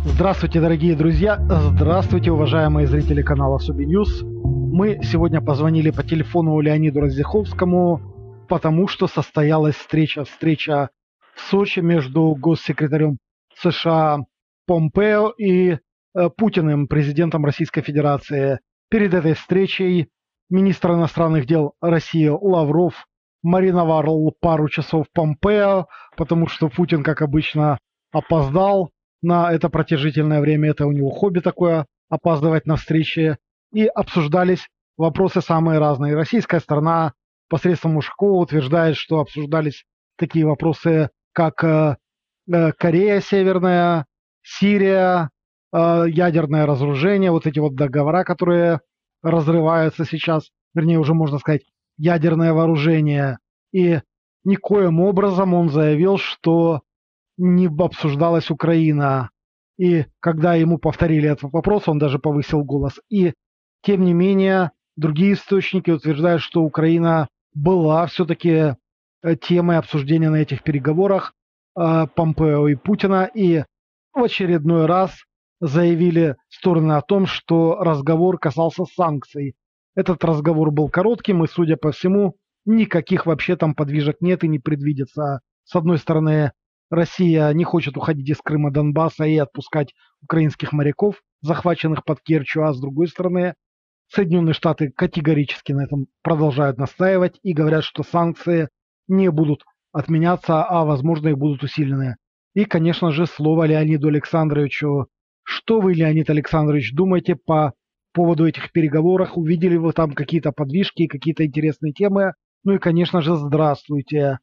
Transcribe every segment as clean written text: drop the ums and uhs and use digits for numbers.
Здравствуйте, дорогие друзья! Здравствуйте, уважаемые зрители канала Субиньюз! Мы сегодня позвонили по телефону Леониду Раздзиховскому, потому что состоялась встреча в Сочи между госсекретарем США Помпео и Путиным, президентом Российской Федерации. Перед этой встречей министр иностранных дел России Лавров мариновал пару часов Помпео, потому что Путин, как обычно, опоздал на это протяжительное время. Это у него хобби такое — опаздывать на встречи. И обсуждались вопросы самые разные. Российская сторона посредством Ушакова утверждает, что обсуждались такие вопросы, как Корея Северная, Сирия, ядерное разоружение, вот эти вот договора, которые разрываются сейчас, вернее, уже можно сказать, ядерное вооружение. И никоим образом он заявил, что не обсуждалась Украина. И когда ему повторили этот вопрос, он даже повысил голос. И тем не менее, другие источники утверждают, что Украина была все-таки темой обсуждения на этих переговорах Помпео и Путина. И в очередной раз заявили стороны о том, что разговор касался санкций. Этот разговор был коротким, и, судя по всему, никаких вообще там подвижек нет и не предвидится. С одной стороны, Россия не хочет уходить из Крыма, Донбасса и отпускать украинских моряков, захваченных под Керчью, а с другой стороны, Соединенные Штаты категорически на этом продолжают настаивать и говорят, что санкции не будут отменяться, а, возможно, и будут усилены. И, конечно же, слово Леониду Александровичу. Что вы, Леонид Александрович, думаете по поводу этих переговоров? Увидели вы там какие-то подвижки, какие-то интересные темы? Ну и, конечно же, здравствуйте.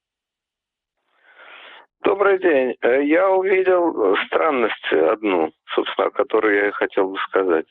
Добрый день. Я увидел странность одну, собственно, о которой я и хотел бы сказать.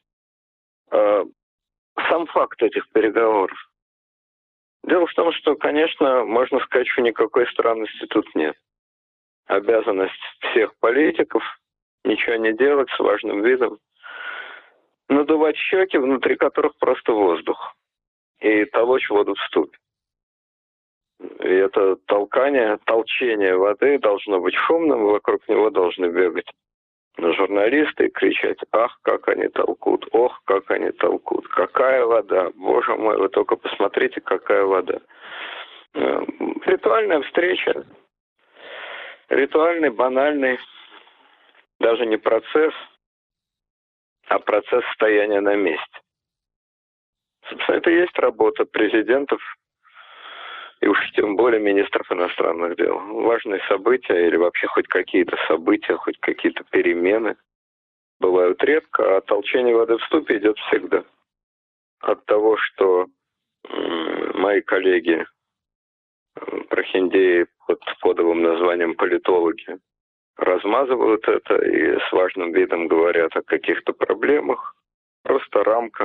Сам факт этих переговоров. Дело в том, что, конечно, можно сказать, что никакой странности тут нет. Обязанность всех политиков ничего не делать с важным видом, надувать щеки, внутри которых просто воздух, и толочь воду в ступе. И это толчение воды должно быть шумным, вокруг него должны бегать журналисты и кричать: ах, как они толкут, ох, как они толкут, какая вода, боже мой, вы только посмотрите, какая вода. Ритуальная встреча, ритуальный, банальный, даже не процесс, а процесс стояния на месте. Собственно, это и есть работа президентов, и уж тем более министров иностранных дел. Важные события или вообще хоть какие-то события, хоть какие-то перемены бывают редко, а толчение воды в ступе идет всегда. От того, что мои коллеги, прохиндеи под кодовым названием политологи, размазывают это и с важным видом говорят о каких-то проблемах. Просто рамка.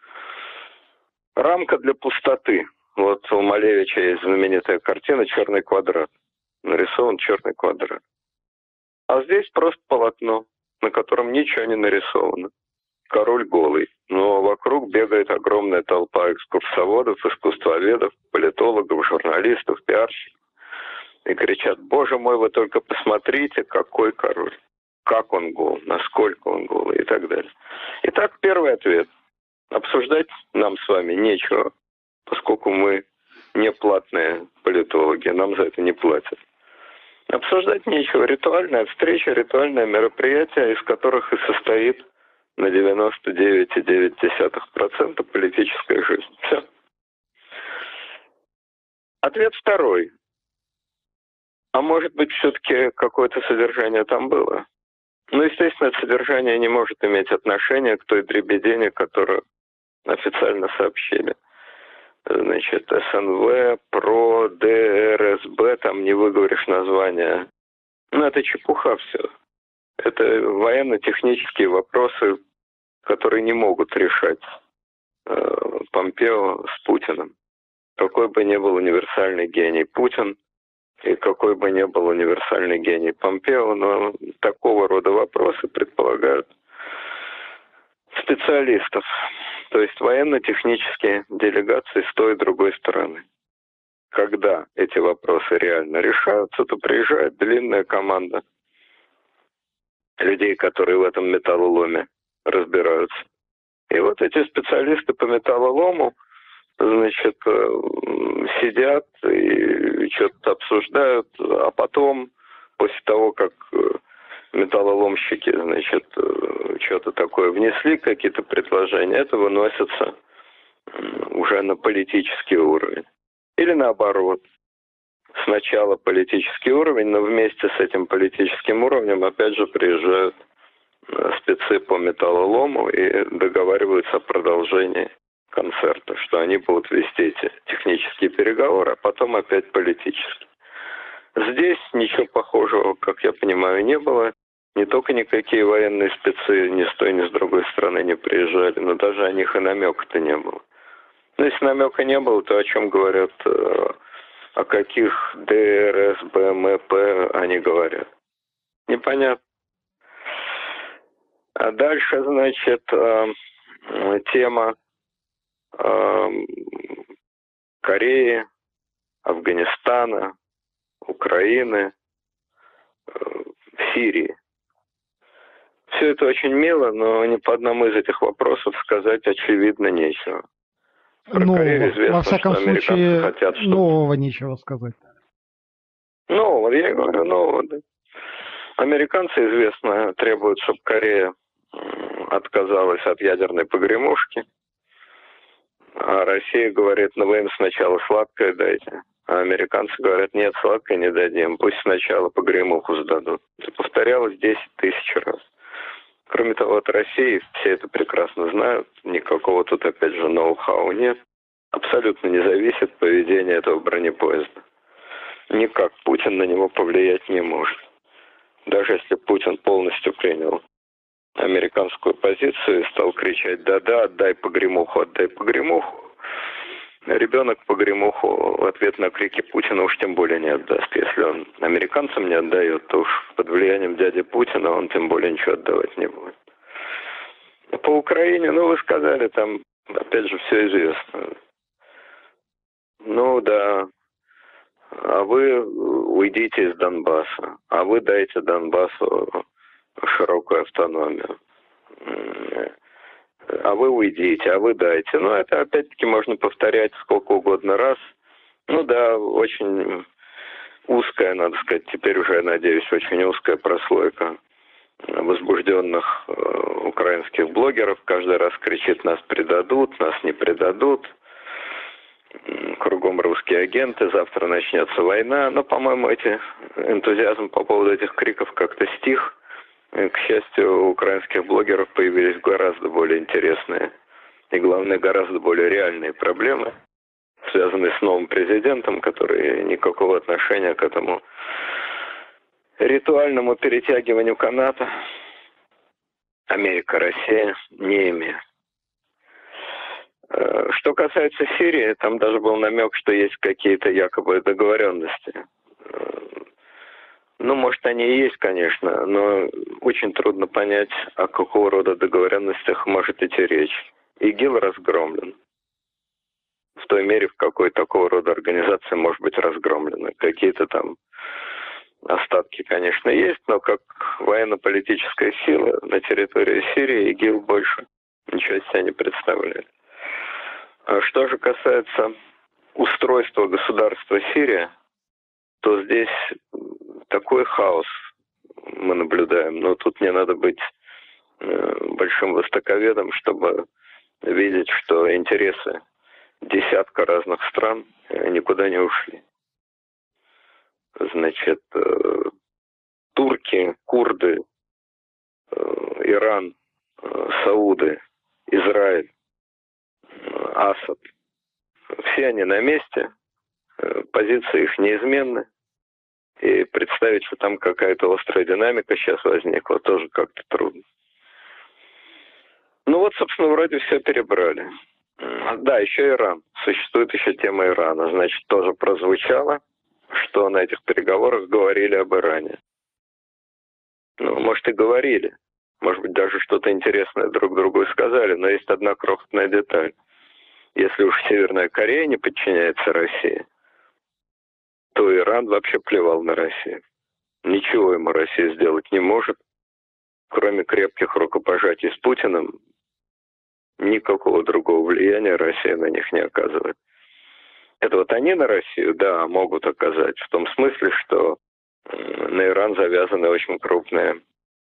Рамка для пустоты. Вот у Малевича есть знаменитая картина «Черный квадрат». Нарисован черный квадрат. А здесь просто полотно, на котором ничего не нарисовано. Король голый. Но вокруг бегает огромная толпа экскурсоводов, искусствоведов, политологов, журналистов, пиарщиков. И кричат: боже мой, вы только посмотрите, какой король. Как он гол, насколько он голый и так далее. Итак, первый ответ. Обсуждать нам с вами нечего, поскольку мы не платные политологи, нам за это не платят. Обсуждать нечего. Ритуальная встреча, ритуальное мероприятие, из которых и состоит на 99,9% политическая жизнь. Все. Ответ второй. А может быть, все-таки какое-то содержание там было? Ну, естественно, это содержание не может иметь отношения к той дребедени, которую официально сообщили. Значит, СНВ, ПРО, ДРСБ, там не выговоришь название. Ну, это чепуха все. Это военно-технические вопросы, которые не могут решать Помпео с Путиным. Какой бы ни был универсальный гений Путин, и какой бы ни был универсальный гений Помпео, но такого рода вопросы предполагают специалистов, то есть военно-технические делегации с той и другой стороны. Когда эти вопросы реально решаются, то приезжает длинная команда людей, которые в этом металлоломе разбираются. И вот эти специалисты по металлолому, значит, сидят и что-то обсуждают, а потом, после того, как металлоломщики, значит, что-то такое внесли, какие-то предложения, это выносится уже на политический уровень. Или наоборот. Сначала политический уровень, но вместе с этим политическим уровнем опять же приезжают спецы по металлолому и договариваются о продолжении концерта, что они будут вести эти технические переговоры, а потом опять политические. Здесь ничего похожего, как я понимаю, не было. Не только никакие военные спецы ни с той, ни с другой стороны не приезжали, но даже о них и намека-то не было. Но если намека не было, то о чем говорят, о каких ДР, СБ, они говорят? Непонятно. А дальше, значит, тема Кореи, Афганистана, Украины, Сирии. Все это очень мило, но ни по одному из этих вопросов сказать очевидно нечего. Про Корею известно, во всяком что случае, хотят, чтобы... нового нечего сказать. Нового, я и говорю, нового, да. Американцы, известно, требуют, чтобы Корея отказалась от ядерной погремушки. А Россия говорит, ну вы им сначала сладкое дайте. А американцы говорят, нет, сладкое не дадим, пусть сначала погремуху сдадут. Это повторялось 10 тысяч раз. Кроме того, от России все это прекрасно знают, никакого тут, опять же, ноу-хау нет. Абсолютно не зависит поведение этого бронепоезда. Никак Путин на него повлиять не может. Даже если Путин полностью принял американскую позицию и стал кричать «да-да, отдай погремуху», ребенок погремуху в ответ на крики Путина уж тем более не отдаст. Если он американцам не отдает, то уж под влиянием дяди Путина он тем более ничего отдавать не будет. По Украине, ну вы сказали, там опять же все известно. Ну да, а вы уйдите из Донбасса, а вы дайте Донбассу широкую автономию. А вы уйдите, а вы дайте. Ну, это опять-таки можно повторять сколько угодно раз. Ну да, очень узкая, надо сказать, теперь уже, я надеюсь, очень узкая прослойка возбужденных украинских блогеров. Каждый раз кричит, нас предадут, нас не предадут. Кругом русские агенты, завтра начнется война. Но, по-моему, энтузиазм по поводу этих криков как-то стих. К счастью, у украинских блогеров появились гораздо более интересные и, главное, гораздо более реальные проблемы, связанные с новым президентом, который никакого отношения к этому ритуальному перетягиванию каната Америка-Россия не имеет. Что касается Сирии, там даже был намек, что есть какие-то якобы договоренности. Ну, может, они и есть, конечно, но очень трудно понять, о какого рода договоренностях может идти речь. ИГИЛ разгромлен. В той мере, в какой такого рода организация может быть разгромлена. Какие-то там остатки, конечно, есть, но как военно-политическая сила на территории Сирии ИГИЛ больше ничего из себя не представляет. А что же касается устройства государства Сирия, то здесь такой хаос мы наблюдаем. Но тут не надо быть большим востоковедом, чтобы видеть, что интересы десятка разных стран никуда не ушли. Значит, турки, курды, Иран, Сауды, Израиль, Асад. Все они на месте, позиции их неизменны. И представить, что там какая-то острая динамика сейчас возникла, тоже как-то трудно. Ну вот, собственно, вроде все перебрали. Да, еще Иран. Существует еще тема Ирана. Значит, тоже прозвучало, что на этих переговорах говорили об Иране. Ну, может, и говорили. Может быть, даже что-то интересное друг другу сказали, но есть одна крохотная деталь. Если уж Северная Корея не подчиняется России, то Иран вообще плевал на Россию. Ничего ему Россия сделать не может. кроме крепких рукопожатий с Путиным, никакого другого влияния Россия на них не оказывает. Это вот они на Россию, да, могут оказать, в том смысле, что на Иран завязаны очень крупные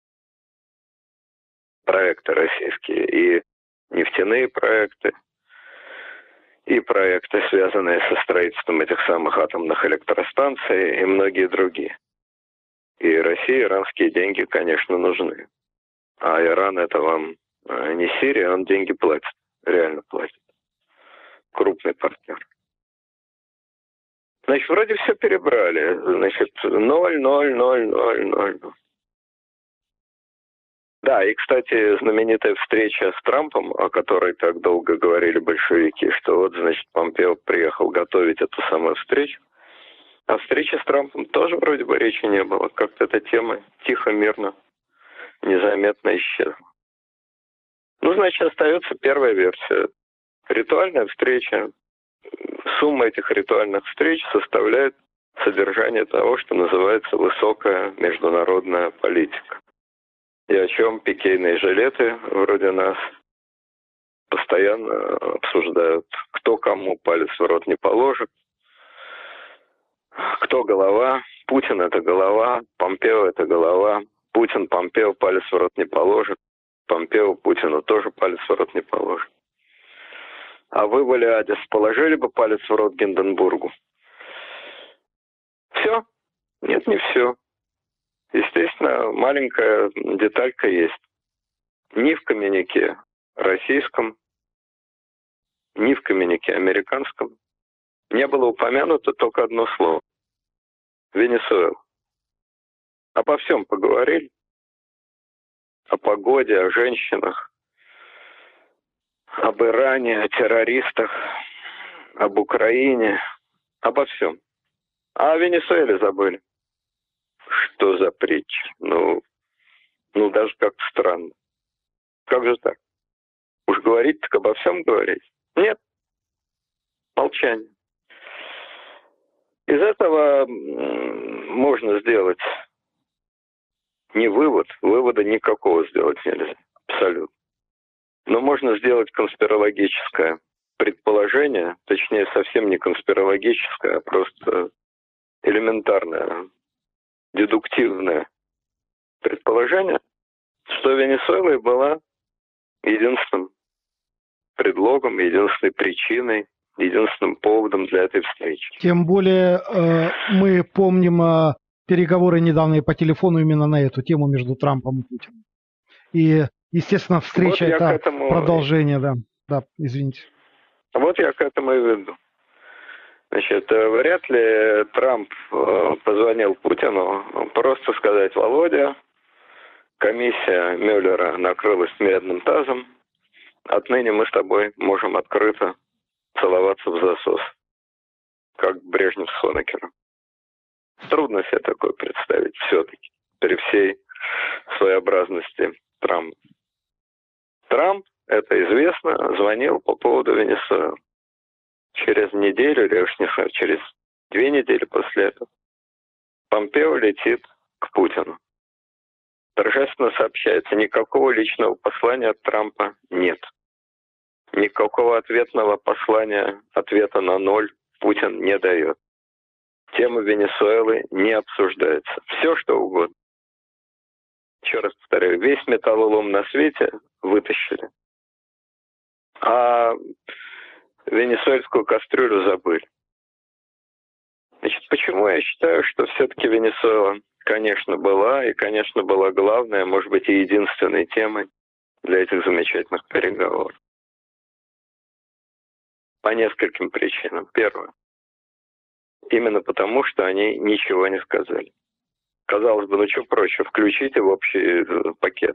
проекты российские, и нефтяные проекты, и проекты, связанные со строительством этих самых атомных электростанций, и многие другие. И России иранские деньги, конечно, нужны. А Иран — это вам не Сирия, он деньги платит, реально платит. Крупный партнер. Значит, вроде все перебрали. Значит, 0, 0, 0, 0, 0. Да, и, кстати, знаменитая встреча с Трампом, о которой так долго говорили большевики, что вот, значит, Помпео приехал готовить эту самую встречу. А встречи с Трампом тоже вроде бы речи не было. Как-то эта тема тихо, мирно, незаметно исчезла. Ну, значит, остается первая версия. Ритуальная встреча. Сумма этих ритуальных встреч составляет содержание того, что называется высокая международная политика. И о чем пикейные жилеты вроде нас постоянно обсуждают, кто кому палец в рот не положит, кто голова. Путин — это голова, Помпео — это голова. Путин Помпео палец в рот не положит, Помпео Путину тоже палец в рот не положит. А вы, Валиадис, положили бы палец в рот Гинденбургу? Все? Нет, не все. Естественно, маленькая деталька есть. Ни в коммюнике российском, ни в коммюнике американском не было упомянуто только одно слово — Венесуэла. Обо всем поговорили. О погоде, о женщинах, об Иране, о террористах, об Украине, обо всем. А о Венесуэле забыли. Что за притча? Ну, даже как-то странно. Как же так? Уж говорить, так обо всем говорить? Нет. Молчание. Из этого можно сделать не вывод. Вывода никакого сделать нельзя. Абсолютно. Но можно сделать конспирологическое предположение, точнее, совсем не конспирологическое, а просто элементарное, дедуктивное предположение, что Венесуэла была единственным предлогом, единственной причиной, единственным поводом для этой встречи. Тем более мы помним переговоры недавние по телефону именно на эту тему между Трампом и Путиным. И, естественно, встреча вот это продолжение, да. Да, извините. Вот я к этому и веду. Значит, вряд ли Трамп позвонил Путину просто сказать: Володя, комиссия Мюллера накрылась медным тазом, отныне мы с тобой можем открыто целоваться в засос, как Брежнев с Хонекером. Трудно себе такое представить все-таки, при всей своеобразности Трампа. Трамп, это известно, звонил по поводу Венесуэлы. Через неделю, или уж не знаю, через 2 недели после этого Помпео летит к Путину. Торжественно сообщается: никакого личного послания от Трампа нет. Никакого ответного послания, ответа на 0 Путин не дает. Тема Венесуэлы не обсуждается. Все, что угодно. Еще раз повторяю, весь металлолом на свете вытащили. А венесуэльскую кастрюлю забыли. Значит, почему я считаю, что все-таки Венесуэла, конечно, была, и, конечно, была главной, а может быть, и единственной темой для этих замечательных переговоров? По нескольким причинам. Первое. Именно потому, что они ничего не сказали. Казалось бы, ну что проще, включите в общий пакет.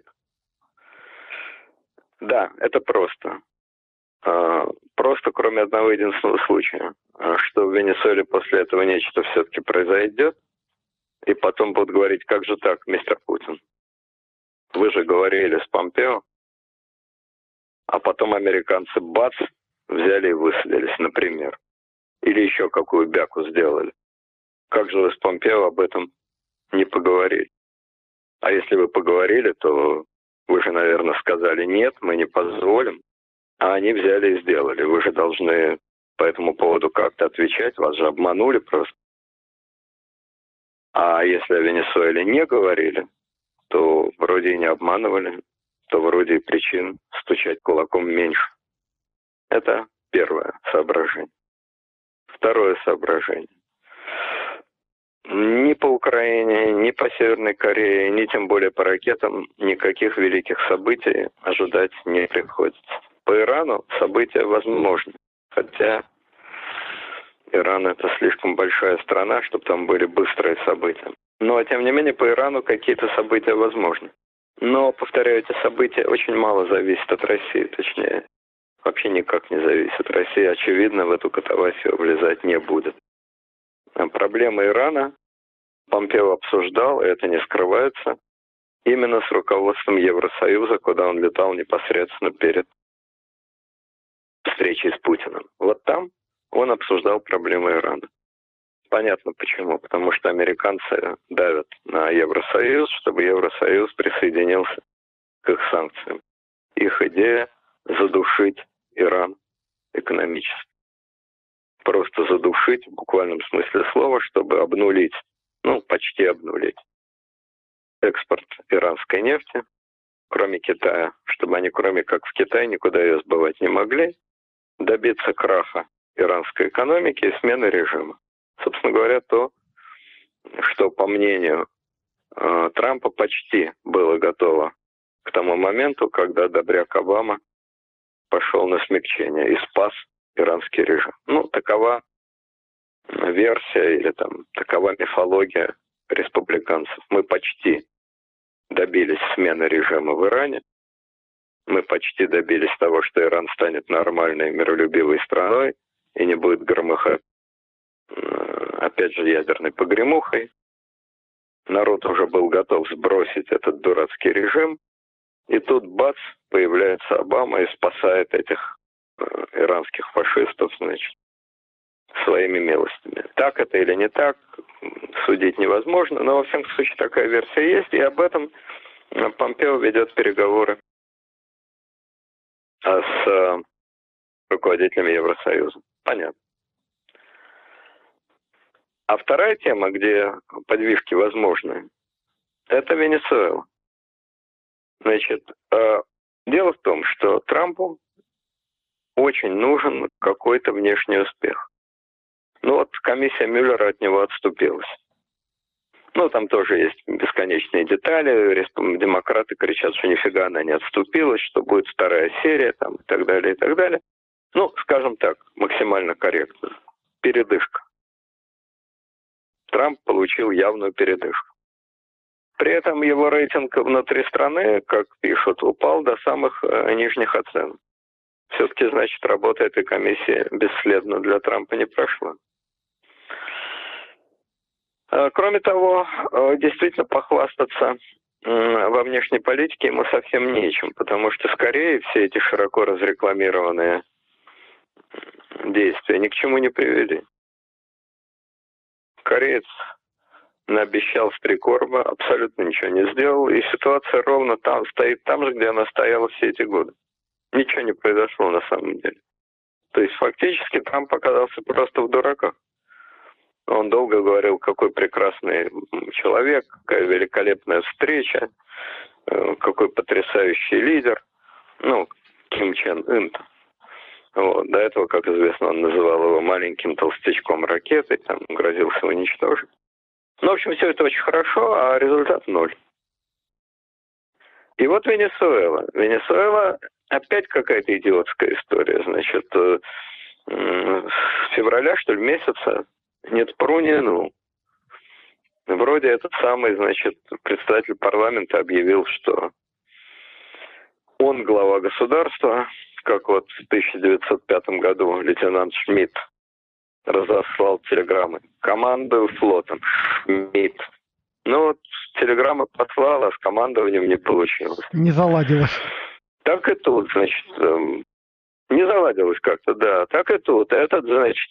Да, это просто. Просто кроме одного единственного случая, что в Венесуэле после этого нечто все-таки произойдет, и потом будут говорить: как же так, мистер Путин? Вы же говорили с Помпео, а потом американцы бац, взяли и высадились, например. Или еще какую бяку сделали. Как же вы с Помпео об этом не поговорили? А если вы поговорили, то вы же, наверное, сказали нет, мы не позволим. А они взяли и сделали. Вы же должны по этому поводу как-то отвечать. Вас же обманули просто. А если о Венесуэле не говорили, то вроде и не обманывали, то вроде и причин стучать кулаком меньше. Это первое соображение. Второе соображение. Ни по Украине, ни по Северной Корее, ни тем более по ракетам никаких великих событий ожидать не приходится. По Ирану события возможны, хотя Иран — это слишком большая страна, чтобы там были быстрые события. Но, тем не менее, по Ирану какие-то события возможны. Но, повторяю, эти события очень мало зависят от России, точнее, вообще никак не зависит. Россия, очевидно, в эту катавасию влезать не будет. А проблемы Ирана Помпео обсуждал, и это не скрывается, именно с руководством Евросоюза, куда он летал непосредственно перед встречей с Путиным. Вот там он обсуждал проблемы Ирана. Понятно почему. Потому что американцы давят на Евросоюз, чтобы Евросоюз присоединился к их санкциям. Их идея — задушить Иран экономически. Просто задушить в буквальном смысле слова, чтобы обнулить, почти обнулить экспорт иранской нефти, кроме Китая, чтобы они, кроме как в Китае, никуда ее сбывать не могли, добиться краха иранской экономики и смены режима. Собственно говоря, то, что, по мнению Трампа, почти было готово к тому моменту, когда добряк Обама пошел на смягчение и спас иранский режим. Такова версия или такова мифология республиканцев. Мы почти добились смены режима в Иране. Мы почти добились того, что Иран станет нормальной миролюбивой страной и не будет громыхать, опять же, ядерной погремухой. Народ уже был готов сбросить этот дурацкий режим. И тут, бац, появляется Обама и спасает этих иранских фашистов, своими милостями. Так это или не так, судить невозможно, но, во всяком случае, такая версия есть, и об этом Помпео ведет переговоры с руководителями Евросоюза. Понятно. А вторая тема, где подвижки возможны, это Венесуэла. Дело в том, что Трампу очень нужен какой-то внешний успех. Комиссия Мюллера от него отступилась. Там тоже есть бесконечные детали. Демократы кричат, что нифига она не отступилась, что будет вторая серия, и так далее, и так далее. Скажем так, максимально корректно. Передышка. Трамп получил явную передышку. При этом его рейтинг внутри страны, как пишут, упал до самых нижних оценок. Все-таки, значит, работа этой комиссии бесследно для Трампа не прошла. Кроме того, действительно похвастаться во внешней политике ему совсем нечем, потому что скорее все эти широко разрекламированные действия ни к чему не привели. Кореец наобещал с прикорма, абсолютно ничего не сделал, и ситуация ровно стоит там же, где она стояла все эти годы. Ничего не произошло на самом деле. То есть фактически Трамп оказался просто в дураках. Он долго говорил, какой прекрасный человек, какая великолепная встреча, какой потрясающий лидер. Ким Чен Ын. До этого, как известно, он называл его маленьким толстячком ракетой, грозился уничтожить. В общем, все это очень хорошо, а результат ноль. И вот Венесуэла. Венесуэла опять какая-то идиотская история. С февраля, что ли, месяца нет пру, ни ну. Вроде этот самый, председатель парламента объявил, что он глава государства, как в 1905 году лейтенант Шмидт разослал телеграммы. Командую флотом. Шмидт. Телеграммы послал, а с командованием не получилось. Не заладилось. Так и тут, не заладилось как-то, да. Так и тут. Этот,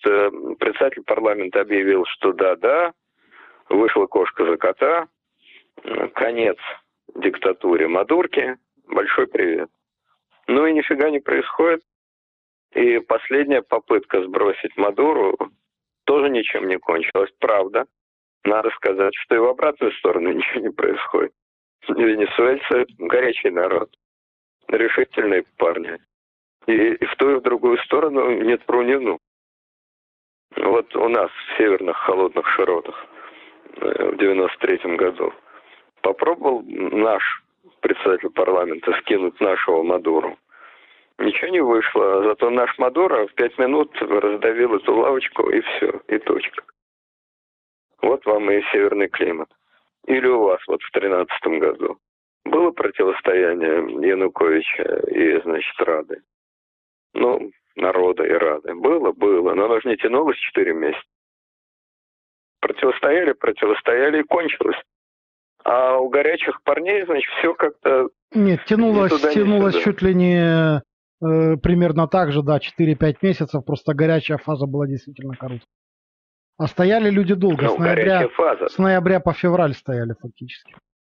председатель парламента объявил, что да, вышла кошка за кота, конец диктатуре Мадурки. Большой привет. Ну и нифига не происходит. И последняя попытка сбросить Мадуру тоже ничем не кончилась. Правда. Надо сказать, что и в обратную сторону ничего не происходит. Венесуэльцы – горячий народ. Решительные парни. И в ту и в другую сторону нет прунину. Вот у нас в северных холодных широтах в 93-м году попробовал наш председатель парламента скинуть нашего Мадуру. Ничего не вышло, зато наш Мадуро в 5 минут раздавил эту лавочку, и все, и точка. Вот вам и северный климат. Или у вас вот в 13-м году было противостояние Януковича и, значит, Рады? Ну, народа и Рады. Было, но оно же не тянулось 4 месяца. Противостояли и кончилось. А у горячих парней, значит, все как-то... Нет, тянулось чуть ли не примерно так же, да, 4-5 месяцев, просто горячая фаза была действительно короткая. А стояли люди долго, Ну, с ноября по февраль стояли фактически.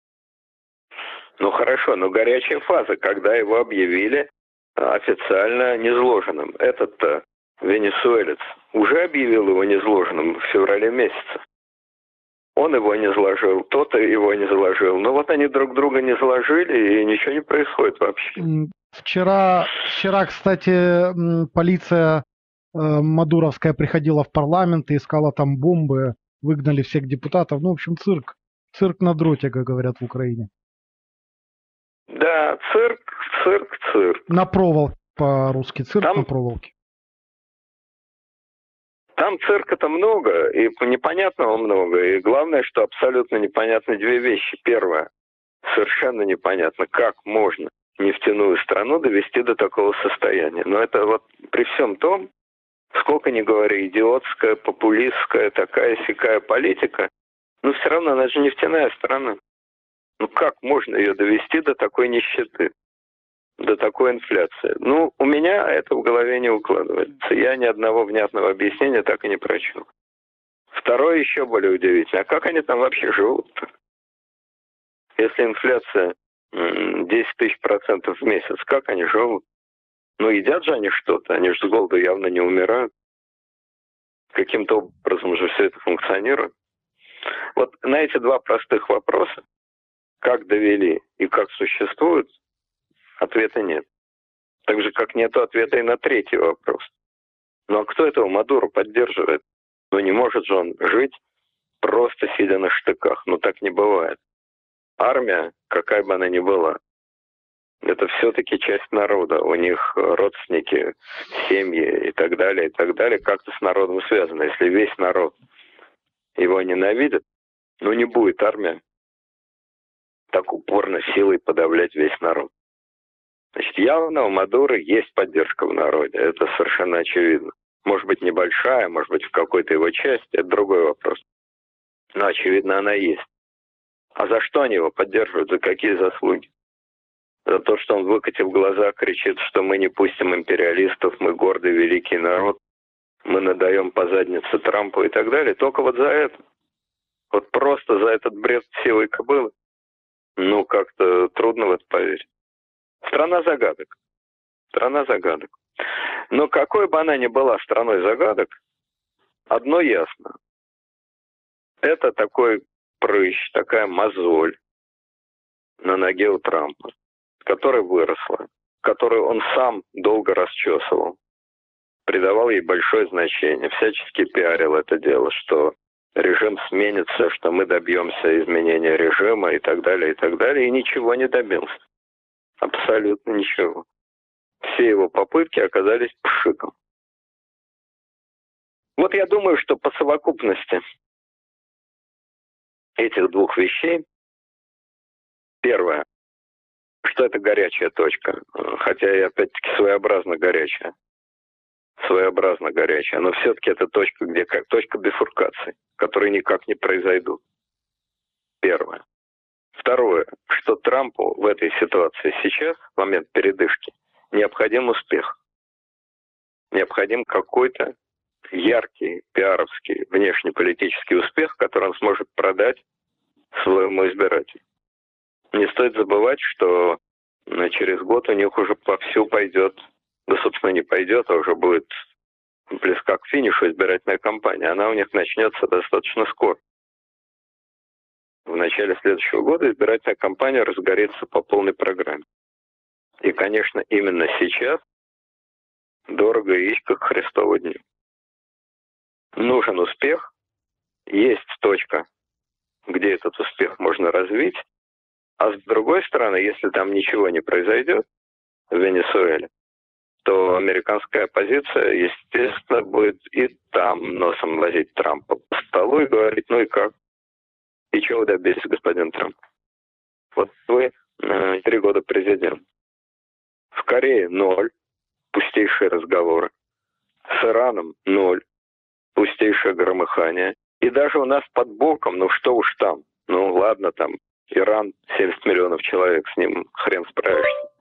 Ну хорошо, но горячая фаза, когда его объявили официально низложенным. Этот-то венесуэлец уже объявил его низложенным в феврале месяце. Он его не заложил, тот его не заложил. Но вот они друг друга не заложили, и ничего не происходит вообще. Вчера, кстати, полиция мадуровская приходила в парламент и искала там бомбы, выгнали всех депутатов. Ну, в общем, цирк. Цирк на дроте, как говорят в Украине. Да, цирк. На проволоке по-русски. Цирк там, на проволоке. Там цирка-то много, и непонятного много. И главное, что абсолютно непонятны две вещи. Первое. Совершенно непонятно, как можно нефтяную страну довести до такого состояния. Но это вот при всем том, сколько ни говори, идиотская, популистская, такая-сякая политика, но все равно она же нефтяная страна. Ну как можно ее довести до такой нищеты, до такой инфляции? Ну, у меня это в голове не укладывается. Я ни одного внятного объяснения так и не прочел. Второе еще более удивительно. А как они там вообще живут-то? Если инфляция 10 тысяч процентов в месяц, как они живут? Ну, едят же они что-то, они же с голоду явно не умирают. Каким-то образом же все это функционирует. Вот на эти два простых вопроса, как довели и как существуют, ответа нет. Так же, как нет ответа и на третий вопрос. Ну а кто этого Мадуру поддерживает? Ну не может же он жить, просто сидя на штыках. Ну так не бывает. Армия, какая бы она ни была, это все-таки часть народа. У них родственники, семьи и так далее, как-то с народом связано. Если весь народ его ненавидит, ну не будет армия так упорно силой подавлять весь народ. Значит, явно у Мадуры есть поддержка в народе. Это совершенно очевидно. Может быть, небольшая, может быть, в какой-то его части. Это другой вопрос. Но, очевидно, она есть. А за что они его поддерживают? За какие заслуги? За то, что он, выкатив глаза, кричит, что мы не пустим империалистов, мы гордый великий народ, мы надаем по заднице Трампу и так далее. Только вот за это. Вот просто за этот бред силой кобылы. Ну, как-то трудно в это поверить. Страна загадок. Страна загадок. Но какой бы она ни была страной загадок, одно ясно. Это такой прыщ, такая мозоль на ноге у Трампа, которая выросла, которую он сам долго расчесывал, придавал ей большое значение, всячески пиарил это дело, что режим сменится, что мы добьемся изменения режима и так далее, и ничего не добился. Абсолютно ничего. Все его попытки оказались пшиком. Вот я думаю, что по совокупности этих двух вещей, первое, что это горячая точка, хотя и опять-таки своеобразно горячая, но все-таки это точка, где как точка бифуркации, которые никак не произойдут. Первое. Второе, что Трампу в этой ситуации сейчас, в момент передышки, необходим успех. Необходим какой-то яркий, пиаровский, внешнеполитический успех, который он сможет продать своему избирателю. Не стоит забывать, что через год у них уже повсю пойдет, да, собственно, не пойдет, а уже будет близка к финишу избирательная кампания. Она у них начнется достаточно скоро. В начале следующего года избирательная кампания разгорится по полной программе. И, конечно, именно сейчас дорого есть как Христово дню. Нужен успех, есть точка, где этот успех можно развить, а с другой стороны, если там ничего не произойдет в Венесуэле, то американская оппозиция, естественно, будет и там носом возить Трампа по столу и говорить: ну и как? И чего вы добились, господин Трамп? Вот вы 3 года президент. В Корее 0, пустейшие разговоры. С Ираном 0, пустейшее громыхание. И даже у нас под боком, ну что уж там, ну ладно, там Иран, 70 миллионов человек, с ним хрен справишься.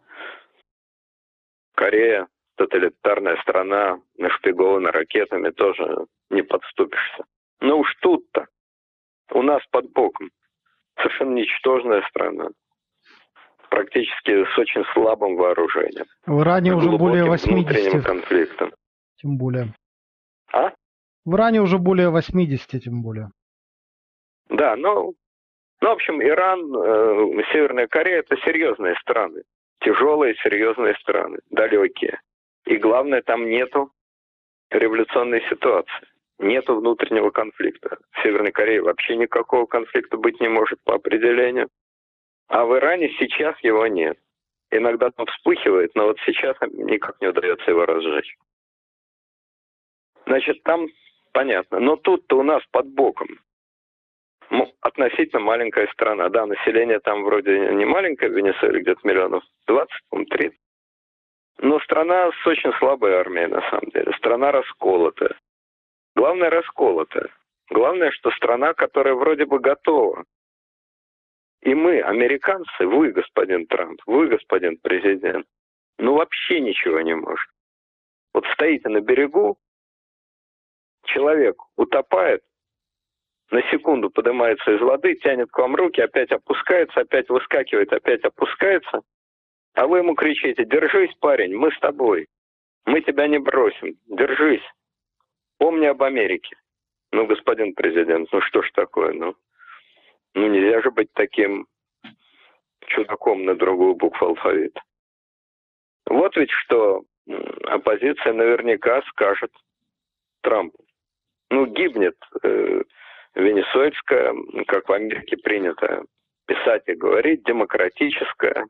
Корея, тоталитарная страна, нашпигована ракетами, тоже не подступишься. Ну уж тут-то, у нас под боком, совершенно ничтожная страна, практически с очень слабым вооружением. В Иране уже более 80 конфликтом. Тем более. А? В Иране уже более 80, тем более. Да, ну, в общем, Иран, Северная Корея — это серьезные страны. Тяжелые, серьезные страны, далекие. И главное, там нету революционной ситуации. Нету внутреннего конфликта. В Северной Корее вообще никакого конфликта быть не может по определению. А в Иране сейчас его нет. Иногда он вспыхивает, но вот сейчас никак не удается его разжечь. Значит, там понятно. Но тут-то у нас под боком относительно маленькая страна. Да, население там вроде не маленькое, в Венесуэле где-то миллионов 20, 30. Но страна с очень слабой армией, на самом деле. Страна расколотая. Главное, расколотая. Главное, что страна, которая вроде бы готова. И мы, американцы, вы, господин Трамп, вы, господин президент, ну вообще ничего не можете. Вот стоите на берегу, человек утопает, на секунду поднимается из воды, тянет к вам руки, опять опускается, опять выскакивает, опять опускается, а вы ему кричите: держись, парень, мы с тобой, мы тебя не бросим, держись, помни об Америке. Ну, господин президент, ну что ж такое, ну нельзя же быть таким чудаком на другую букву алфавита. Вот ведь что оппозиция наверняка скажет Трампу. Ну, гибнет венесуэльская, как в Америке принято писать и говорить, демократическая,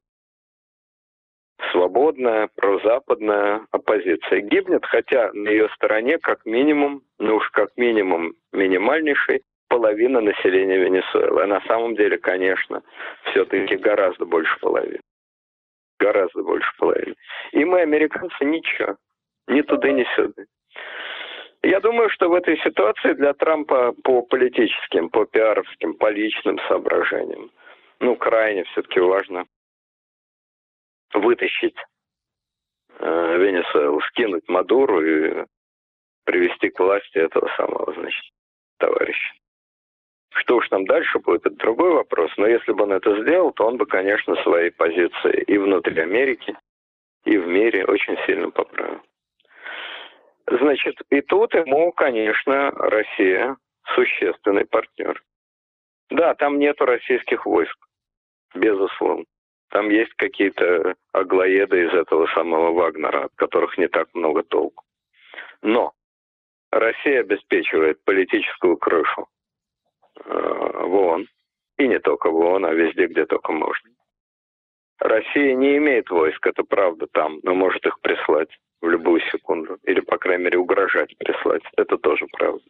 свободная, прозападная оппозиция. Гибнет, хотя на ее стороне как минимум, ну уж как минимум минимальнейший, половина населения Венесуэлы. А на самом деле, конечно, все-таки гораздо больше половины. Гораздо больше половины. И мы, американцы, ничего. Ни туда, ни сюда. Я думаю, что в этой ситуации для Трампа по политическим, по пиаровским, по личным соображениям, ну, крайне все-таки важно вытащить Венесуэлу, скинуть Мадуру и привести к власти этого самого, значит, товарища. Что уж там дальше будет, это другой вопрос. Но если бы он это сделал, то он бы, конечно, свои позиции и внутри Америки, и в мире очень сильно поправил. Значит, и тут ему, конечно, Россия существенный партнер. Да, там нету российских войск, безусловно. Там есть какие-то аглоеды из этого самого Вагнера, от которых не так много толку. Но Россия обеспечивает политическую крышу в ООН, и не только в ООН, а везде, где только можно. Россия не имеет войск, это правда там, но может их прислать в любую секунду, или, по крайней мере, угрожать прислать, это тоже правда.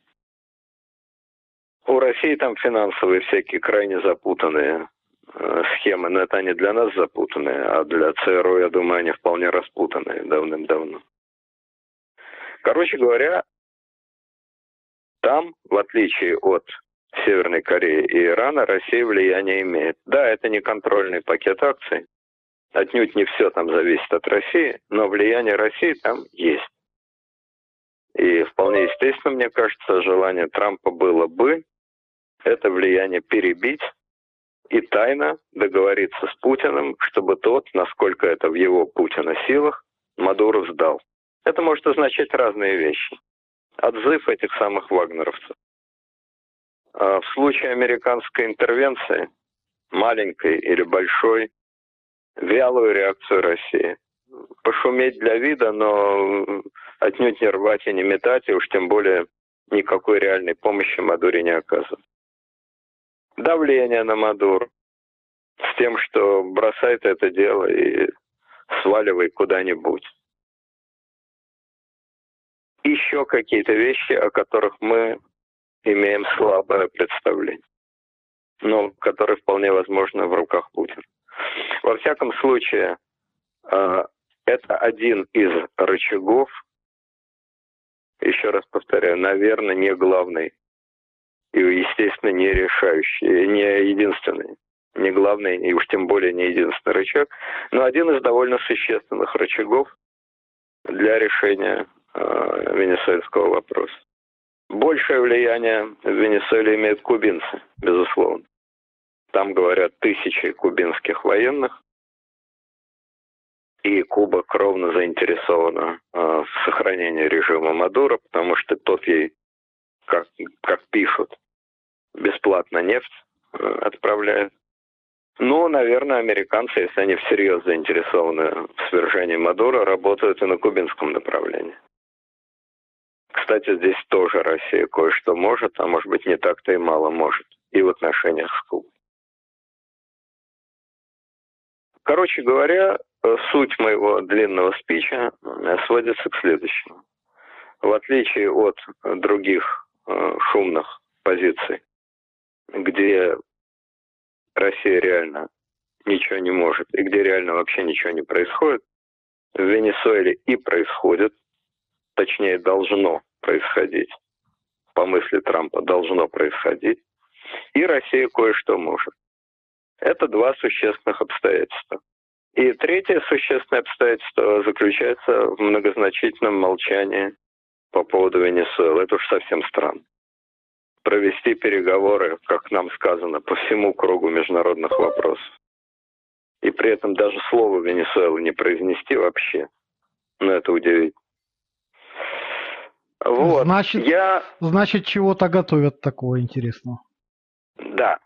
У России там финансовые всякие крайне запутанные схемы, но это они для нас запутанные, а для ЦРУ, я думаю, они вполне распутанные давным-давно. Короче говоря, там, в отличие от Северной Кореи и Ирана, Россия влияние имеет. Да, это не контрольный пакет акций. Отнюдь не все там зависит от России, но влияние России там есть. И вполне естественно, мне кажется, желание Трампа было бы это влияние перебить и тайно договориться с Путиным, чтобы тот, насколько это в его Путина силах, Мадуру сдал. Это может означать разные вещи. Отзыв этих самых вагнеровцев. В случае американской интервенции, маленькой или большой, вялую реакцию России. Пошуметь для вида, но отнюдь не рвать и не метать, и уж тем более никакой реальной помощи Мадуре не оказывать. Давление на Мадуру с тем, что бросай ты это дело и сваливай куда-нибудь. Еще какие-то вещи, о которых мы имеем слабое представление, но которые вполне возможно в руках Путина. Во всяком случае, это один из рычагов, еще раз повторяю, наверное, не главный и, естественно, не решающий, не единственный, не главный и уж тем более не единственный рычаг, но один из довольно существенных рычагов для решения венесуэльского вопроса. Большее влияние в Венесуэле имеют кубинцы, безусловно. Там, говорят, тысячи кубинских военных, и Куба кровно заинтересована в сохранении режима Мадуро, потому что тот ей, как пишут, бесплатно нефть отправляет. Ну, наверное, американцы, если они всерьез заинтересованы в свержении Мадуро, работают и на кубинском направлении. Кстати, здесь тоже Россия кое-что может, а может быть не так-то и мало может, и в отношениях с Кубой. Короче говоря, суть моего длинного спича сводится к следующему. В отличие от других шумных позиций, где Россия реально ничего не может и где реально вообще ничего не происходит, в Венесуэле и происходит, точнее должно происходить, по мысли Трампа должно происходить, и Россия кое-что может. Это два существенных обстоятельства. И третье существенное обстоятельство заключается в многозначительном молчании по поводу Венесуэлы. Это уж совсем странно. Провести переговоры, как нам сказано, по всему кругу международных вопросов. И при этом даже слово Венесуэлы не произнести вообще. Ну, это удивительно. Вот. Значит, чего-то готовят такого интересного. Да.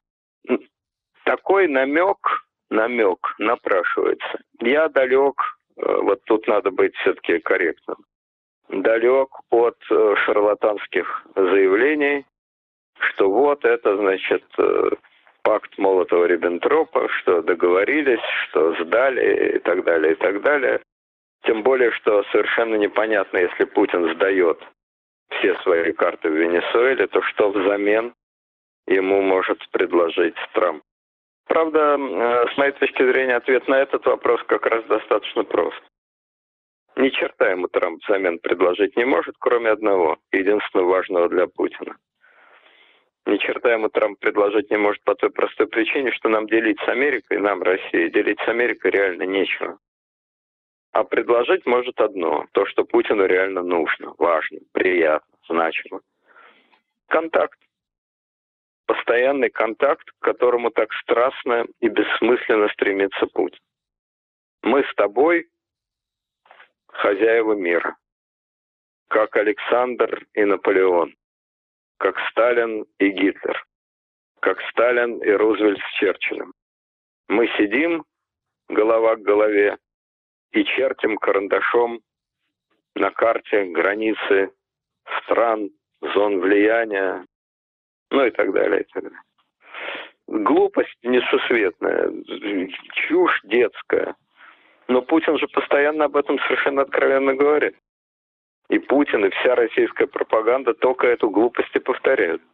Такой намек напрашивается. Я далек, вот тут надо быть все-таки корректным, далек от шарлатанских заявлений, что вот это, значит, пакт Молотова-Риббентропа, что договорились, что сдали и так далее, и так далее. Тем более, что совершенно непонятно, если Путин сдает все свои карты в Венесуэле, то что взамен ему может предложить Трамп. Правда, с моей точки зрения, ответ на этот вопрос как раз достаточно прост. Ни черта ему Трамп взамен предложить не может, кроме одного, единственного важного для Путина. Ни черта ему Трамп предложить не может по той простой причине, что нам делить с Америкой, нам, России, делить с Америкой реально нечего. А предложить может одно, то, что Путину реально нужно, важно, приятно, значимо. Контакт. Постоянный контакт, к которому так страстно и бессмысленно стремится Путин. Мы с тобой хозяева мира, как Александр и Наполеон, как Сталин и Гитлер, как Сталин и Рузвельт с Черчиллем. Мы сидим, голова к голове, и чертим карандашом на карте границы стран, зон влияния, ну и так далее, и так далее. Глупость несусветная, чушь детская. Но Путин же постоянно об этом совершенно откровенно говорит. И Путин, и вся российская пропаганда только эту глупость и повторяют.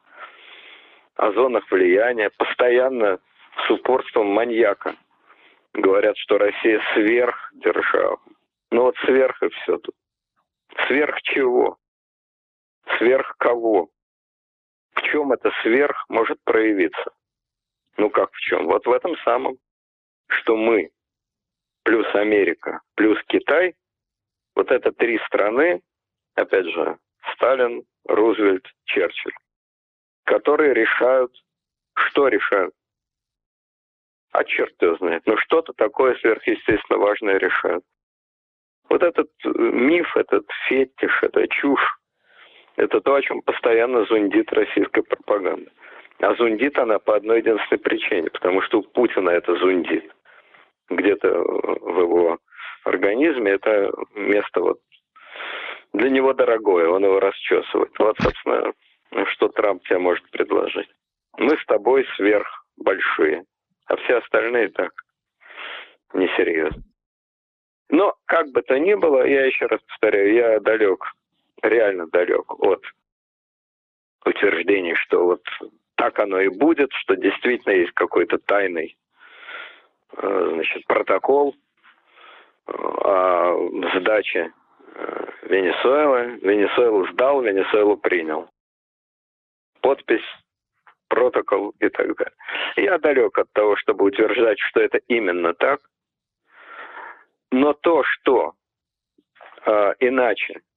О зонах влияния постоянно с упорством маньяка говорят, что Россия сверхдержава. Ну вот сверх и все тут. Сверх чего? Сверх кого? В чем это сверх может проявиться? Ну как в чем? Вот в этом самом, что мы, плюс Америка, плюс Китай, вот это три страны, опять же, Сталин, Рузвельт, Черчилль, которые решают, что решают? А черт его знает. Но что-то такое сверхъестественно важное решают. Вот этот миф, этот фетиш, эта чушь, это то, о чем постоянно зундит российская пропаганда. А зундит она по одной единственной причине, потому что у Путина это зундит. Где-то в его организме это место вот для него дорогое, он его расчесывает. Вот, собственно, что Трамп тебе может предложить. Мы с тобой сверхбольшие, а все остальные так несерьезно. Но, как бы то ни было, я еще раз повторяю, я далек, реально далек от утверждений, что вот так оно и будет, что действительно есть какой-то тайный, значит, протокол о сдаче Венесуэлы. Венесуэлу сдал, Венесуэлу принял. Подпись, протокол и так далее. Я далек от того, чтобы утверждать, что это именно так. Но то, что иначе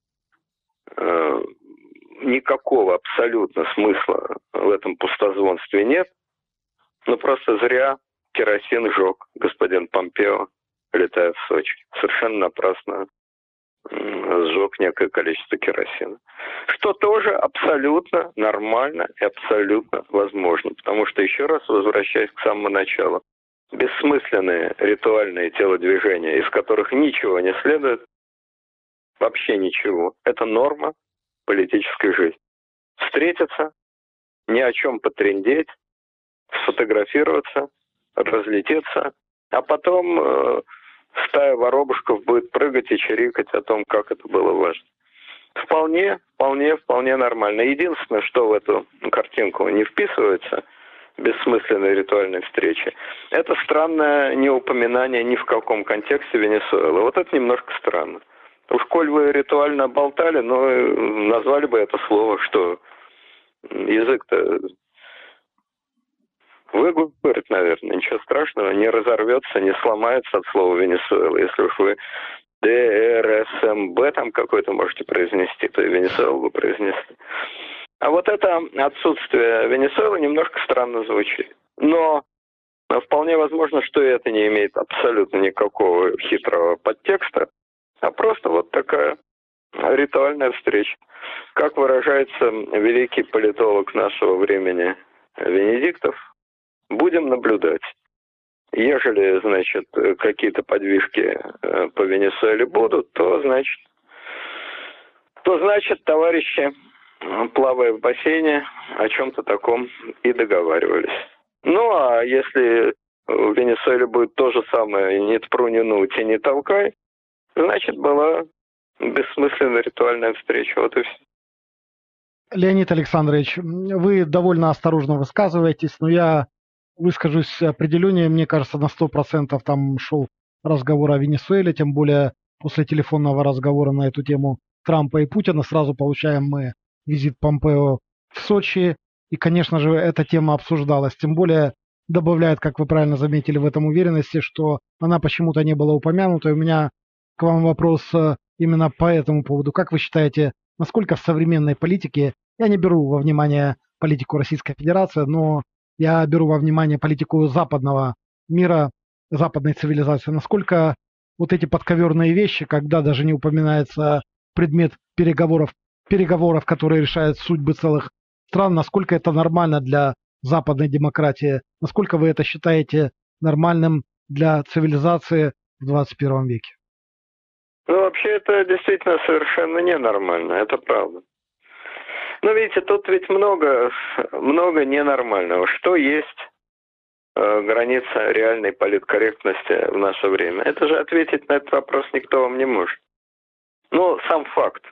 никакого абсолютно смысла в этом пустозвонстве нет, ну просто зря керосин жег господин Помпео, летая в Сочи. Совершенно напрасно сжег некое количество керосина. Что тоже абсолютно нормально и абсолютно возможно. Потому что, еще раз возвращаясь к самому началу, бессмысленные ритуальные телодвижения, из которых ничего не следует, вообще ничего, это норма политической жизни. Встретиться, ни о чем потрындеть, сфотографироваться, разлететься, а потом стая воробушков будет прыгать и чирикать о том, как это было важно. Вполне нормально. Единственное, что в эту картинку не вписывается, бессмысленной ритуальной встречи, это странное неупоминание ни в каком контексте Венесуэлы. Вот это немножко странно. Уж коль вы ритуально болтали, но назвали бы это слово, что язык-то выговорит, наверное, ничего страшного, не разорвется, не сломается от слова Венесуэла. Если уж вы ДРСМБ там какой-то можете произнести, то и Венесуэлу вы произнесли. А вот это отсутствие Венесуэлы немножко странно звучит. Но вполне возможно, что это не имеет абсолютно никакого хитрого подтекста, а просто вот такая ритуальная встреча. Как выражается великий политолог нашего времени Венедиктов, будем наблюдать. Ежели, значит, какие-то подвижки по Венесуэле будут, то значит, товарищи, плавая в бассейне, о чем-то таком и договаривались. Ну, а если в Венесуэле будет то же самое, не тпру, не нуть и не толкай, значит, была бессмысленная ритуальная встреча. Вот и все. Леонид Александрович, вы довольно осторожно высказываетесь, но я выскажусь определеннее. Мне кажется, на 100% там шел разговор о Венесуэле, тем более после телефонного разговора на эту тему Трампа и Путина сразу получаем мы визит Помпео в Сочи. И, конечно же, эта тема обсуждалась. Тем более добавляет, как вы правильно заметили, в этом уверенности, что она почему-то не была упомянута. И у меня к вам вопрос именно по этому поводу. Как вы считаете, насколько в современной политике, я не беру во внимание политику Российской Федерации, но я беру во внимание политику западного мира, западной цивилизации, насколько вот эти подковерные вещи, когда даже не упоминается предмет переговоров, которые решают судьбы целых стран, насколько это нормально для западной демократии, насколько вы это считаете нормальным для цивилизации в 21 веке? Ну, вообще, это действительно совершенно ненормально, это правда. Но видите, тут ведь много ненормального. Что есть граница реальной политкорректности в наше время? Это же ответить на этот вопрос никто вам не может. Ну, сам факт,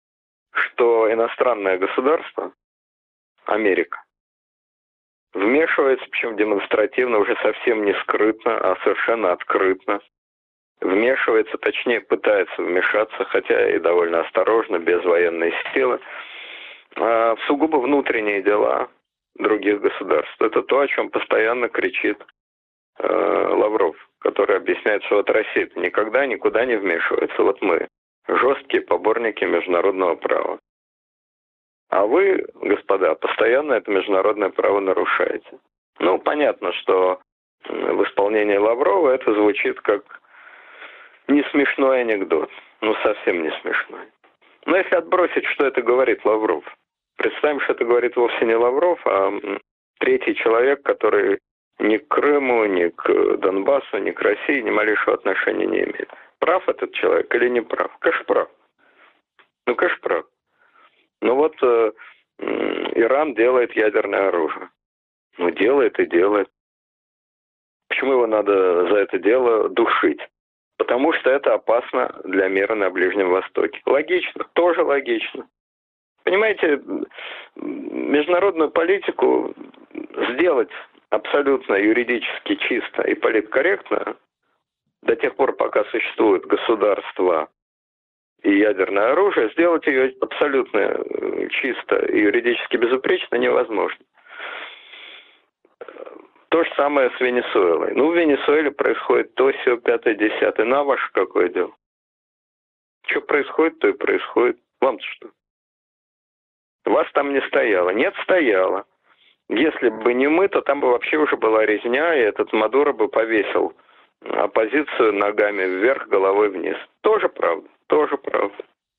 что иностранное государство, Америка, вмешивается, причем демонстративно, уже совсем не скрытно, а совершенно открытно, вмешивается, точнее пытается вмешаться, хотя и довольно осторожно, без военной силы, в сугубо внутренние дела других государств. Это то, о чем постоянно кричит Лавров, который объясняет, что вот Россия-то никогда никуда не вмешивается. Вот мы жесткие поборники международного права. А вы, господа, постоянно это международное право нарушаете. Ну, понятно, что в исполнении Лаврова, это звучит как не смешной анекдот. Ну, совсем не смешной. Но если отбросить, что это говорит Лавров, представим, что это говорит вовсе не Лавров, а третий человек, который ни к Крыму, ни к Донбассу, ни к России ни малейшего отношения не имеет. Прав этот человек или не прав? Конечно, прав. Ну, конечно, прав. Ну вот Иран делает ядерное оружие. Ну, делает и делает. Почему его надо за это дело душить? Потому что это опасно для мира на Ближнем Востоке. Логично, тоже логично. Понимаете, международную политику сделать абсолютно юридически чисто и политкорректно до тех пор, пока существует государство и ядерное оружие, сделать ее абсолютно чисто и юридически безупречно невозможно. То же самое с Венесуэлой. Ну, в Венесуэле происходит то, сё, 5-10. На ваше какое дело? Что происходит, то и происходит. Вам-то что? Вас там не стояло. Нет, стояло. Если бы не мы, то там бы вообще уже была резня, и этот Мадуро бы повесил оппозицию ногами вверх, головой вниз. Тоже правда. Тоже правда.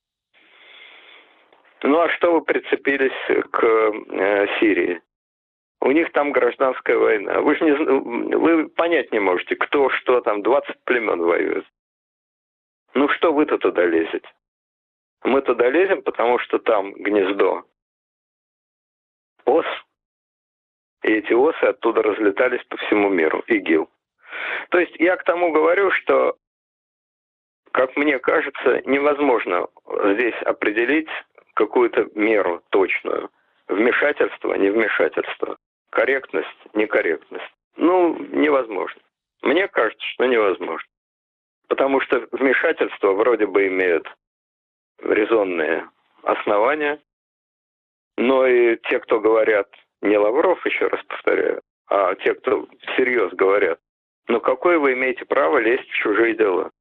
Ну, а что вы прицепились к Сирии? У них там гражданская война. Вы понять не можете, кто что там, 20 племен воюет. Ну что вы-то туда лезете? Мы туда лезем, потому что там гнездо ос, и эти осы оттуда разлетались по всему миру. ИГИЛ. То есть я к тому говорю, что, как мне кажется, невозможно здесь определить какую-то меру точную. Вмешательство, невмешательство. Корректность, некорректность. Ну, невозможно. Мне кажется, что невозможно. Потому что вмешательство вроде бы имеет резонные основания, но и те, кто говорят, не Лавров, еще раз повторяю, а те, кто всерьез говорят, ну какое вы имеете право лезть в чужие дела?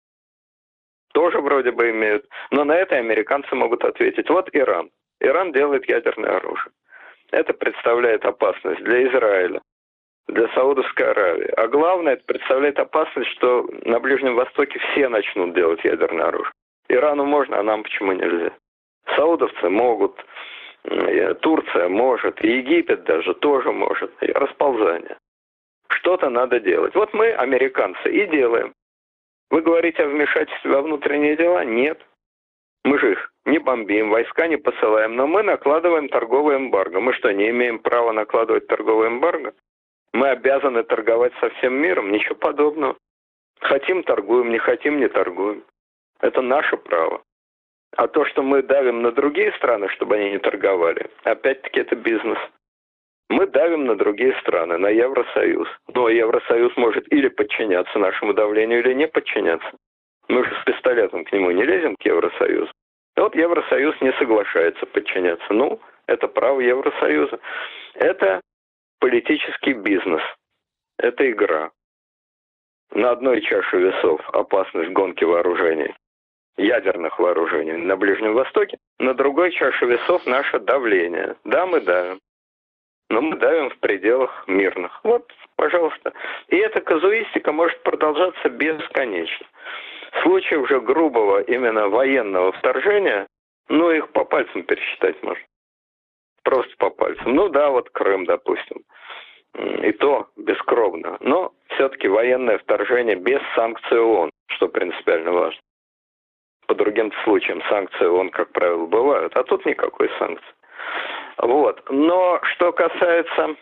Тоже вроде бы имеют. Но на это американцы могут ответить. Вот Иран. Иран делает ядерное оружие. Это представляет опасность для Израиля, для Саудовской Аравии. А главное, это представляет опасность, что на Ближнем Востоке все начнут делать ядерное оружие. Ирану можно, а нам почему нельзя? Саудовцы могут, Турция может, и Египет даже тоже может. И расползание. Что-то надо делать. Вот мы, американцы, и делаем. Вы говорите о вмешательстве во внутренние дела? Нет. Мы же их не бомбим, войска не посылаем, но мы накладываем торговое эмбарго. Мы что, не имеем права накладывать торговое эмбарго? Мы обязаны торговать со всем миром? Ничего подобного. Хотим — торгуем, не хотим — не торгуем. Это наше право. А то, что мы давим на другие страны, чтобы они не торговали, опять-таки это бизнес. Мы давим на другие страны, на Евросоюз. Но Евросоюз может или подчиняться нашему давлению, или не подчиняться. Мы же с пистолетом к нему не лезем, к Евросоюзу. И вот Евросоюз не соглашается подчиняться. Ну, это право Евросоюза. Это политический бизнес. Это игра. На одной чаше весов опасность гонки вооружений, ядерных вооружений на Ближнем Востоке. На другой чаше весов наше давление. Да, мы давим. Но мы давим в пределах мирных. Вот, пожалуйста. И эта казуистика может продолжаться бесконечно. Случаев же грубого именно военного вторжения, ну, их по пальцам пересчитать можно. Просто по пальцам. Ну да, вот Крым, допустим. И то бескровно. Но все-таки военное вторжение без санкций ООН, что принципиально важно. По другим случаям санкции ООН, как правило, бывают, а тут никакой санкции. Вот. Но что касается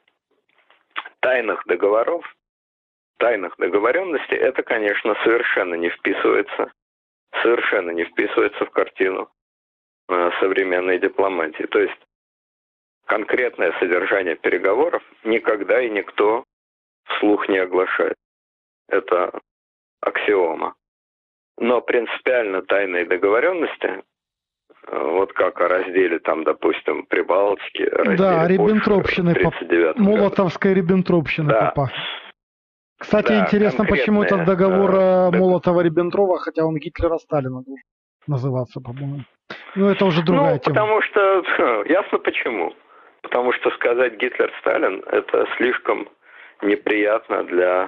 тайных договоров, тайных договоренностей, это, конечно, совершенно не вписывается в картину современной дипломатии. То есть конкретное содержание переговоров никогда и никто вслух не оглашает. Это аксиома. Но принципиально тайные договоренности, вот как о разделе, там, допустим, Прибалтики, разделе да, Риббентропщины, Молотовской Риббентропщины, да. Попа. Кстати, Да, интересно, почему этот договор Молотова-Риббентрова, хотя он Гитлера-Сталина должен называться, по-моему. Ну, это уже другая тема. Потому что, ясно почему. Потому что сказать Гитлер-Сталин — это слишком неприятно для...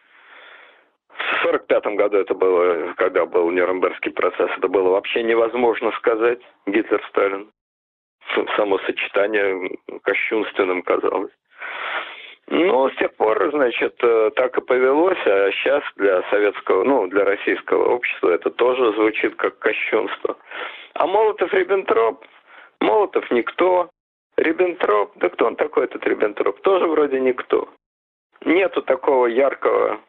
В 1945 году это было, когда был Нюрнбергский процесс, это было вообще невозможно сказать, Гитлер-Сталин. Само сочетание кощунственным казалось. Ну, с тех пор, значит, так и повелось, а сейчас для советского, для российского общества это тоже звучит как кощунство. А Молотов-Риббентроп, Молотов никто, Риббентроп, да кто он такой, этот Риббентроп, тоже вроде никто. Нету такого яркого,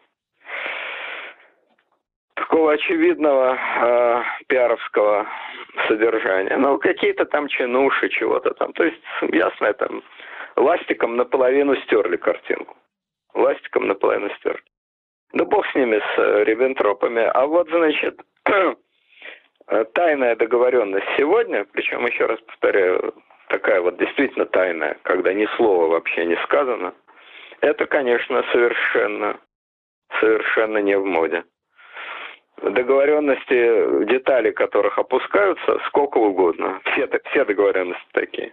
такого очевидного пиаровского содержания. Ну, какие-то там чинуши, чего-то там. То есть, ясно, там ластиком наполовину стерли картинку. Ластиком наполовину стерли. Да бог с ними, с Риббентропами. А вот, значит, тайная договоренность сегодня, причем, еще раз повторяю, такая вот действительно тайная, когда ни слова вообще не сказано, это, конечно, совершенно не в моде. Договоренности, детали которых опускаются сколько угодно. Все договоренности такие.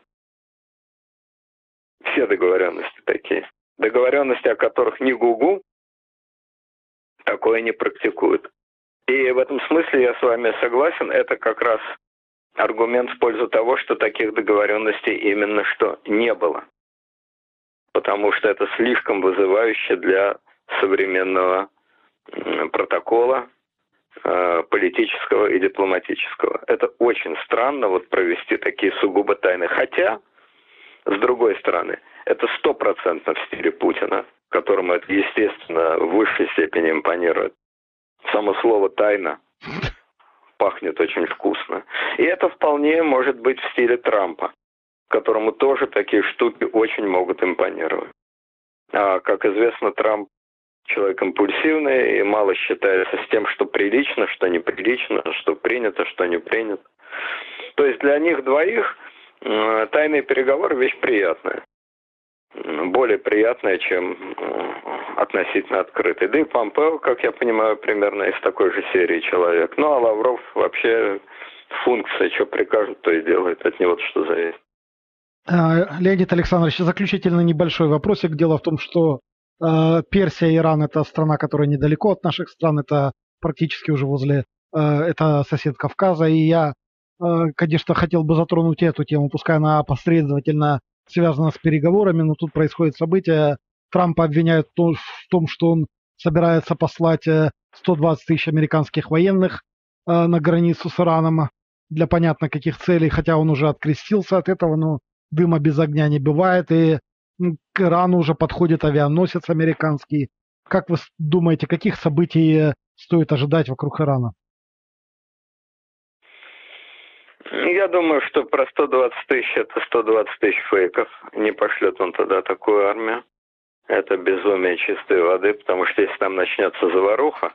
Все договоренности такие. Договоренности, о которых ни гугу, такое не практикуют. И в этом смысле я с вами согласен, это как раз аргумент в пользу того, что таких договоренностей именно что не было. Потому что это слишком вызывающе для современного протокола политического и дипломатического. Это очень странно вот провести такие сугубо тайны. Хотя, с другой стороны, это 100% в стиле Путина, которому это, естественно, в высшей степени импонирует. Само слово «тайна» пахнет очень вкусно. И это вполне может быть в стиле Трампа, которому тоже такие штуки очень могут импонировать. А, как известно, Трамп человек импульсивный и мало считается с тем, что прилично, что неприлично, что принято, что не принято. То есть для них двоих тайные переговоры – вещь приятная. Более приятная, чем относительно открытая. Да и Помпео, как я понимаю, примерно из такой же серии человек. Ну, а Лавров вообще функция, что прикажет, то и делает. От него что зависит. Леонид Александрович, заключительно небольшой вопросик. Дело в том, что Персия и Иран – это страна, которая недалеко от наших стран, это практически уже возле, это сосед Кавказа, и я, конечно, хотел бы затронуть эту тему, пускай она опосредовательно связана с переговорами, но тут происходит событие. Трампа обвиняют в том, что он собирается послать 120 тысяч американских военных на границу с Ираном для понятно каких целей, хотя он уже открестился от этого, но дыма без огня не бывает, и к Ирану уже подходит авианосец американский. Как вы думаете, каких событий стоит ожидать вокруг Ирана? Я думаю, что про 120 тысяч это 120 тысяч фейков. Не пошлет он туда такую армию. Это безумие чистой воды, потому что если там начнется заваруха,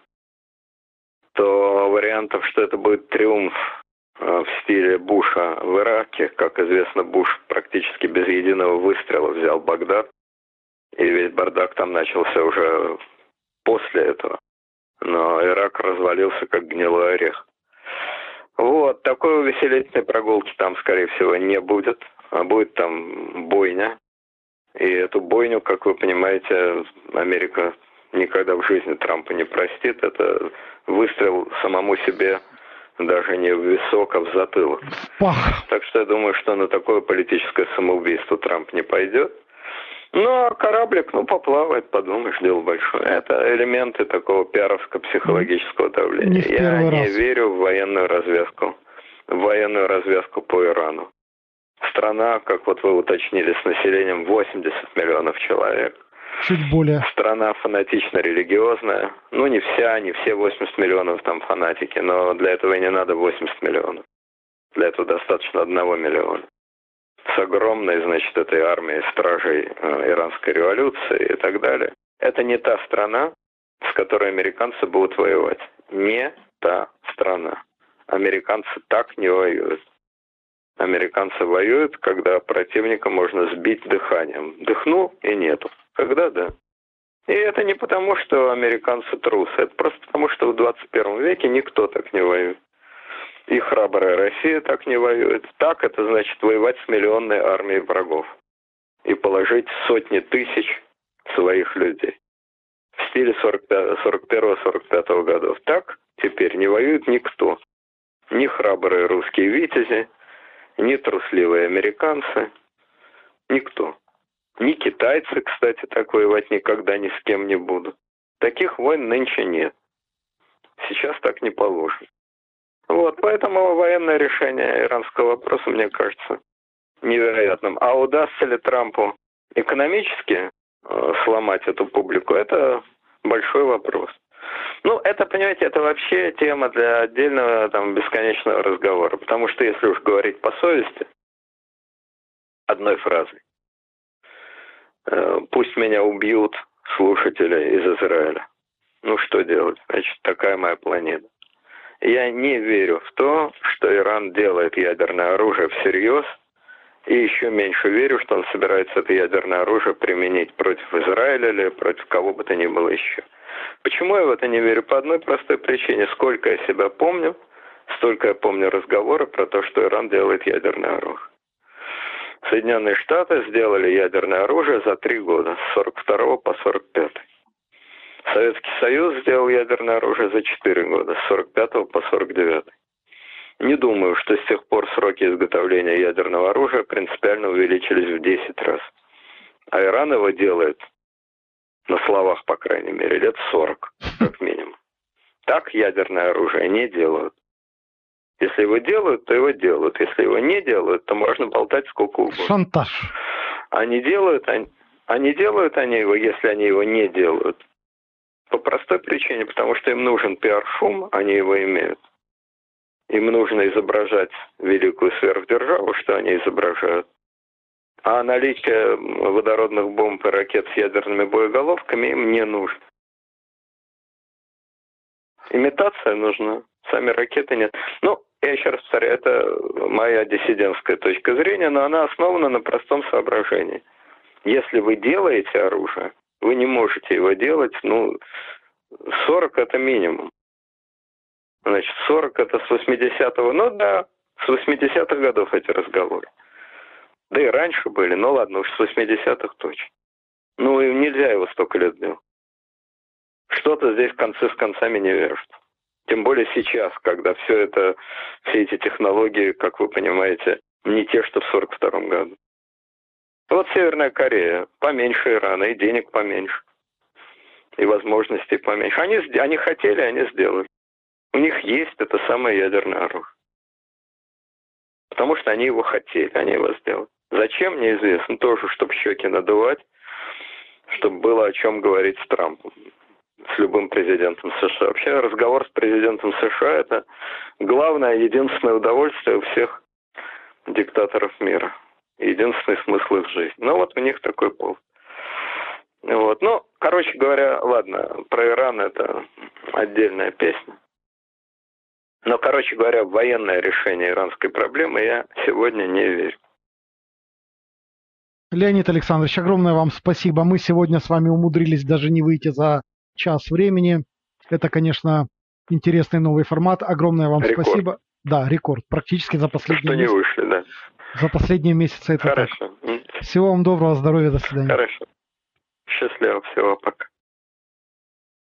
то вариантов, что это будет триумф в стиле Буша в Ираке. Как известно, Буш практически без единого выстрела взял Багдад. И весь бардак там начался уже после этого. Но Ирак развалился как гнилой орех. Вот, такой увеселительной прогулки там, скорее всего, не будет. А будет там бойня. И эту бойню, как вы понимаете, Америка никогда в жизни Трампа не простит. Это выстрел самому себе даже не в висок, а в затылок. Так что я думаю, что на такое политическое самоубийство Трамп не пойдет. Ну, а кораблик, поплавает, подумаешь, дело большое. Это элементы такого пиаровско-психологического давления. Я не верю в военную развязку по Ирану. Страна, как вот вы уточнили, с населением 80 миллионов человек. Чуть более. Страна фанатично-религиозная. Ну, не все 80 миллионов там фанатики, но для этого и не надо 80 миллионов. Для этого достаточно 1 миллиона. С огромной, значит, этой армией стражей иранской революции и так далее. Это не та страна, с которой американцы будут воевать. Не та страна. Американцы так не воюют. Американцы воюют, когда противника можно сбить дыханием. Дыхнул и нету. Когда да. И это не потому, что американцы трусы. Это просто потому, что в 21 веке никто так не воюет. И храбрая Россия так не воюет. Так это значит воевать с миллионной армией врагов. И положить сотни тысяч своих людей в стиле 41-45 годов. Так теперь не воюет никто. Ни храбрые русские витязи, ни трусливые американцы, никто. Ни китайцы, кстати, так воевать никогда ни с кем не будут. Таких войн нынче нет. Сейчас так не положено. Вот, поэтому военное решение иранского вопроса, мне кажется, невероятным. А удастся ли Трампу экономически сломать эту публику, это большой вопрос. Ну, это, понимаете, это вообще тема для отдельного там бесконечного разговора. Потому что если уж говорить по совести, одной фразой, пусть меня убьют слушатели из Израиля. Ну, что делать? Значит, такая моя планета. Я не верю в то, что Иран делает ядерное оружие всерьез, и еще меньше верю, что он собирается это ядерное оружие применить против Израиля или против кого бы то ни было еще. Почему я в это не верю? По одной простой причине. Сколько я себя помню, столько я помню разговоры про то, что Иран делает ядерное оружие. Соединенные Штаты сделали ядерное оружие за 3 года, с 42 по 45. Советский Союз сделал ядерное оружие за 4 года, с 45 по 49. Не думаю, что с тех пор сроки изготовления ядерного оружия принципиально увеличились в 10 раз. А Иран его делает, на словах, по крайней мере, лет 40, как минимум. Так ядерное оружие не делают. Если его делают, то его делают. Если его не делают, то можно болтать сколько угодно. Шантаж. Они делают они его, если они его не делают. По простой причине, потому что им нужен пиар-шум, они его имеют. Им нужно изображать великую сверхдержаву, что они изображают. А наличие водородных бомб и ракет с ядерными боеголовками им не нужно. Имитация нужна, сами ракеты нет. Ну, я еще раз повторяю, это моя диссидентская точка зрения, но она основана на простом соображении. Если вы делаете оружие, вы не можете его делать, 40 это минимум. Значит, 40 это с 80-го, да, с 80-х годов эти разговоры. Да и раньше были, ладно, уж с 80-х точно. И нельзя его столько лет делать. Что-то здесь концы с концами не вяжутся. Тем более сейчас, когда все эти технологии, как вы понимаете, не те, что в 42-м году. Вот Северная Корея, поменьше Ирана, и денег поменьше, и возможностей поменьше. Они хотели, они сделали. У них есть это самое ядерное оружие. Потому что они его хотели, они его сделали. Зачем, неизвестно. Тоже, чтобы щеки надувать, чтобы было о чем говорить с Трампом, с любым президентом США. Вообще разговор с президентом США – это главное, единственное удовольствие у всех диктаторов мира. Единственный смысл их жизни. Вот у них такой повод. Короче говоря, ладно, про Иран это отдельная песня. Но, короче говоря, в военное решение иранской проблемы я сегодня не верю. Леонид Александрович, огромное вам спасибо. Мы сегодня с вами умудрились даже не выйти за час времени. Это, конечно, интересный новый формат. Огромное вам спасибо. Да, рекорд. Практически за последние месяцы. Что не вышли, да. За последние месяцы это хорошо. Так. Всего вам доброго, здоровья, до свидания. Хорошо. Счастливо, всего, пока.